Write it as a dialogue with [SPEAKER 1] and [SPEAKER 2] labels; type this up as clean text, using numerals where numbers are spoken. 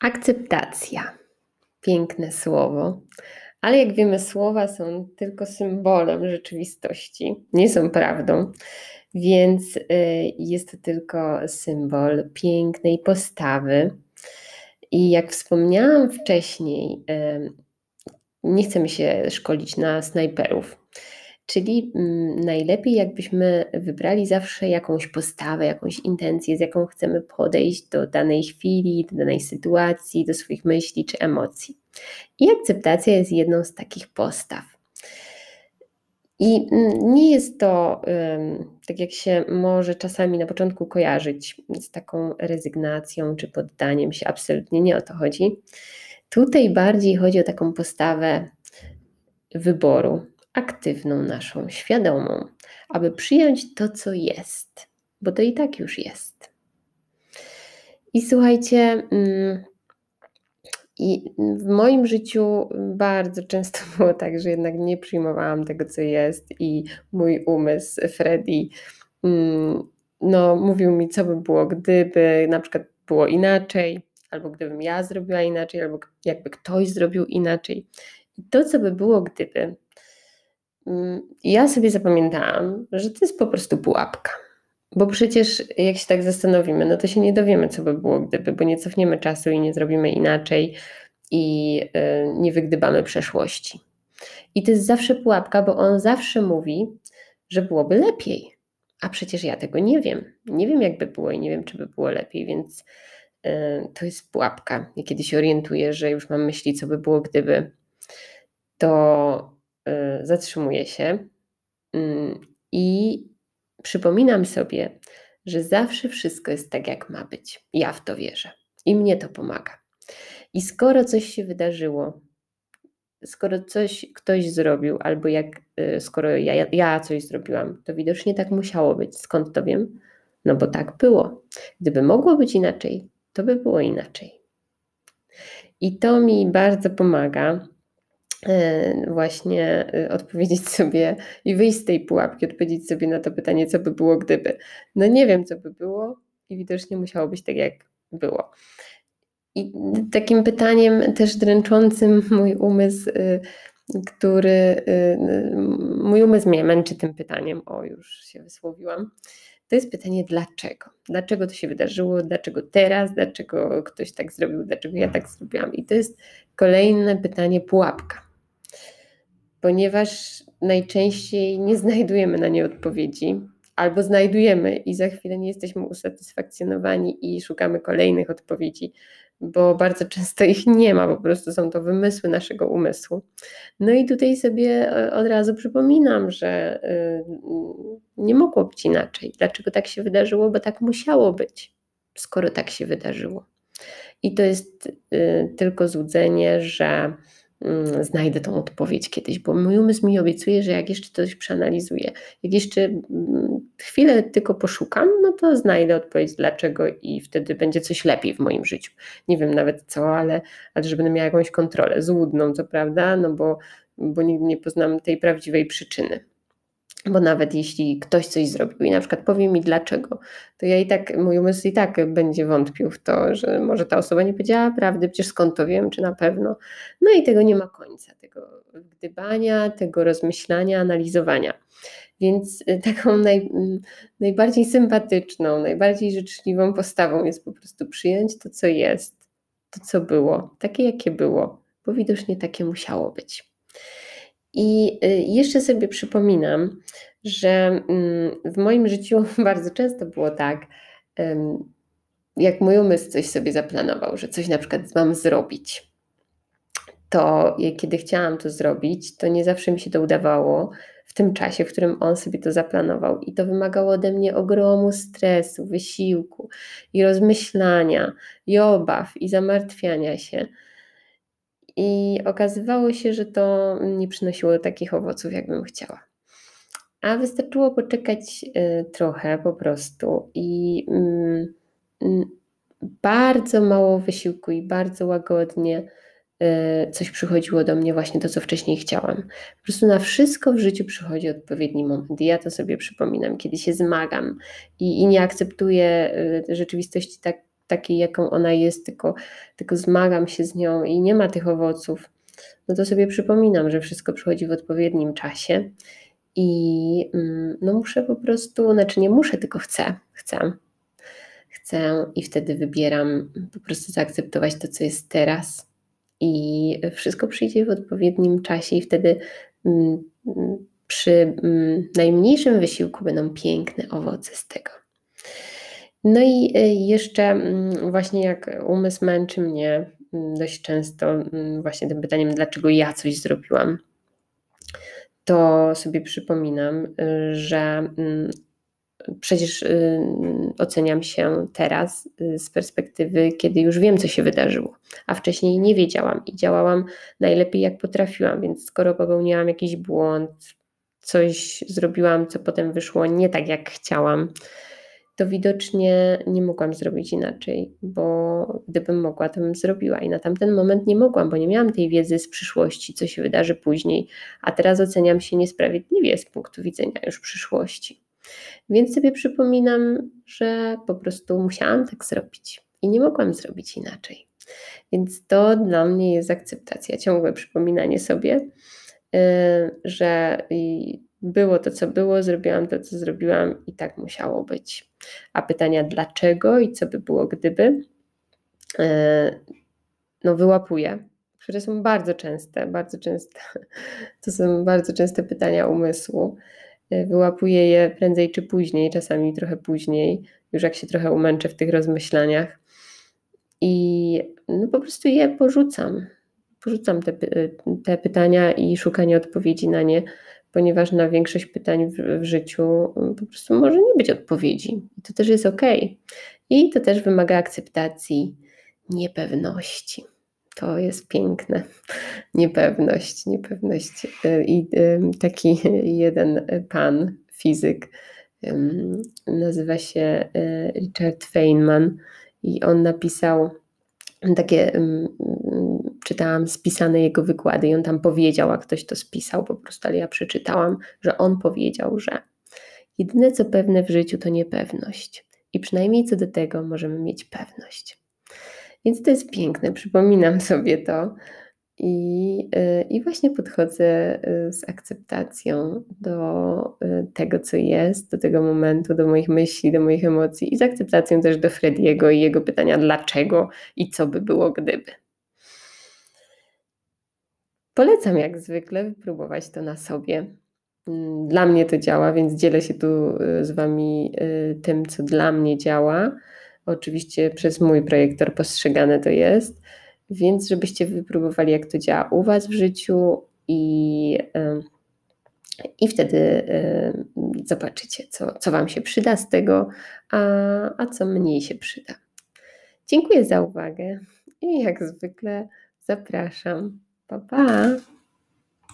[SPEAKER 1] Akceptacja. Piękne słowo, ale jak wiemy, słowa są tylko symbolem rzeczywistości, nie są prawdą, więc jest to tylko symbol pięknej postawy. I jak wspomniałam wcześniej, nie chcemy się szkolić na snajperów. Czyli najlepiej jakbyśmy wybrali zawsze jakąś postawę, jakąś intencję, z jaką chcemy podejść do danej chwili, do danej sytuacji, do swoich myśli czy emocji. I akceptacja jest jedną z takich postaw. I nie jest to, tak jak się może czasami na początku kojarzyć, z taką rezygnacją czy poddaniem się. Absolutnie nie o to chodzi. Tutaj bardziej chodzi o taką postawę wyboru, aktywną naszą, świadomą, aby przyjąć to, co jest, bo to i tak już jest. I słuchajcie, i w moim życiu bardzo często było tak, że jednak nie przyjmowałam tego, co jest i mój umysł, Freddy, mówił mi, co by było, gdyby na przykład było inaczej, albo gdybym ja zrobiła inaczej, albo jakby ktoś zrobił inaczej. I to, co by było, gdyby, ja sobie zapamiętałam, że to jest po prostu pułapka. Bo przecież jak się tak zastanowimy, no to się nie dowiemy, co by było gdyby, bo nie cofniemy czasu i nie zrobimy inaczej i nie wygdybamy przeszłości. I to jest zawsze pułapka, bo on zawsze mówi, że byłoby lepiej. A przecież ja tego nie wiem. Nie wiem, jakby było i nie wiem, czy by było lepiej, więc to jest pułapka. I kiedy się orientuję, że już mam myśli, co by było gdyby, to zatrzymuję się i przypominam sobie, że zawsze wszystko jest tak, jak ma być. Ja w to wierzę i mnie to pomaga. I skoro coś się wydarzyło, skoro coś ktoś zrobił, albo skoro ja coś zrobiłam, to widocznie tak musiało być. Skąd to wiem? No bo tak było. Gdyby mogło być inaczej, to by było inaczej. I to mi bardzo pomaga właśnie odpowiedzieć sobie i wyjść z tej pułapki, odpowiedzieć sobie na to pytanie, co by było gdyby. No nie wiem, co by było i widocznie musiało być tak, jak było. I takim pytaniem też dręczącym mój umysł, mój umysł mnie męczy tym pytaniem, już się wysłowiłam, to jest pytanie dlaczego? Dlaczego to się wydarzyło? Dlaczego teraz? Dlaczego ktoś tak zrobił? Dlaczego ja tak zrobiłam? I to jest kolejne pytanie pułapka. Ponieważ najczęściej nie znajdujemy na nie odpowiedzi, albo znajdujemy i za chwilę nie jesteśmy usatysfakcjonowani i szukamy kolejnych odpowiedzi, bo bardzo często ich nie ma, po prostu są to wymysły naszego umysłu. No i tutaj sobie od razu przypominam, że nie mogło być inaczej. Dlaczego tak się wydarzyło? Bo tak musiało być, skoro tak się wydarzyło. I to jest tylko złudzenie, że znajdę tą odpowiedź kiedyś, bo mój umysł mi obiecuje, że jak jeszcze coś przeanalizuję, jak jeszcze chwilę tylko poszukam, no to znajdę odpowiedź dlaczego i wtedy będzie coś lepiej w moim życiu. Nie wiem nawet co, ale że będę miała jakąś kontrolę, złudną co prawda, no bo nigdy nie poznam tej prawdziwej przyczyny. Bo nawet jeśli ktoś coś zrobił i na przykład powie mi dlaczego, to mój umysł i tak będzie wątpił w to, że może ta osoba nie powiedziała prawdy, przecież skąd to wiem, czy na pewno. No i tego nie ma końca, tego gdybania, tego rozmyślania, analizowania. Więc taką najbardziej sympatyczną, najbardziej życzliwą postawą jest po prostu przyjąć to, co jest, to, co było, takie, jakie było, bo widocznie takie musiało być. I jeszcze sobie przypominam, że w moim życiu bardzo często było tak, jak mój umysł coś sobie zaplanował, że coś na przykład mam zrobić, to kiedy chciałam to zrobić, to nie zawsze mi się to udawało w tym czasie, w którym on sobie to zaplanował. I to wymagało ode mnie ogromu stresu, wysiłku i rozmyślania, i obaw, i zamartwiania się. I okazywało się, że to nie przynosiło takich owoców, jakbym chciała. A wystarczyło poczekać trochę po prostu i bardzo mało wysiłku i bardzo łagodnie coś przychodziło do mnie, właśnie to, co wcześniej chciałam. Po prostu na wszystko w życiu przychodzi odpowiedni moment. I ja to sobie przypominam, kiedy się zmagam i nie akceptuję rzeczywistości takiej, jaką ona jest, tylko zmagam się z nią i nie ma tych owoców, no to sobie przypominam, że wszystko przychodzi w odpowiednim czasie i no muszę po prostu, znaczy nie muszę, tylko chcę i wtedy wybieram po prostu zaakceptować to, co jest teraz i wszystko przyjdzie w odpowiednim czasie i wtedy przy najmniejszym wysiłku będą piękne owoce z tego. No i jeszcze właśnie jak umysł męczy mnie dość często właśnie tym pytaniem, dlaczego ja coś zrobiłam, to sobie przypominam, że przecież oceniam się teraz z perspektywy, kiedy już wiem, co się wydarzyło, a wcześniej nie wiedziałam i działałam najlepiej, jak potrafiłam, więc skoro popełniłam jakiś błąd, coś zrobiłam, co potem wyszło nie tak, jak chciałam, to widocznie nie mogłam zrobić inaczej, bo gdybym mogła, to bym zrobiła i na tamten moment nie mogłam, bo nie miałam tej wiedzy z przyszłości, co się wydarzy później, a teraz oceniam się niesprawiedliwie z punktu widzenia już przyszłości. Więc sobie przypominam, że po prostu musiałam tak zrobić i nie mogłam zrobić inaczej. Więc to dla mnie jest akceptacja, ciągłe przypominanie sobie, że było to, co było, zrobiłam to, co zrobiłam i tak musiało być. A pytania dlaczego i co by było, gdyby, no wyłapuję, które są bardzo częste. To są bardzo częste pytania umysłu. Wyłapuję je prędzej czy później, czasami trochę później, już jak się trochę umęczę w tych rozmyślaniach i no po prostu je porzucam. Porzucam te pytania i szukanie odpowiedzi na nie, ponieważ na większość pytań w życiu po prostu może nie być odpowiedzi. I to też jest okej. I to też wymaga akceptacji niepewności. To jest piękne. Niepewność. I taki jeden pan, fizyk, nazywa się Richard Feynman i on napisał takie, czytałam spisane jego wykłady i on tam powiedział, a ktoś to spisał po prostu, ale ja przeczytałam, że on powiedział, że jedyne co pewne w życiu to niepewność i przynajmniej co do tego możemy mieć pewność. Więc to jest piękne, przypominam sobie to i właśnie podchodzę z akceptacją do tego, co jest, do tego momentu, do moich myśli, do moich emocji i z akceptacją też do Frediego i jego pytania dlaczego i co by było gdyby. Polecam jak zwykle wypróbować to na sobie. Dla mnie to działa, więc dzielę się tu z Wami tym, co dla mnie działa. Oczywiście przez mój projektor postrzegane to jest, więc żebyście wypróbowali, jak to działa u Was w życiu i wtedy zobaczycie, co Wam się przyda z tego, a co mniej się przyda. Dziękuję za uwagę i jak zwykle zapraszam. Pa, pa!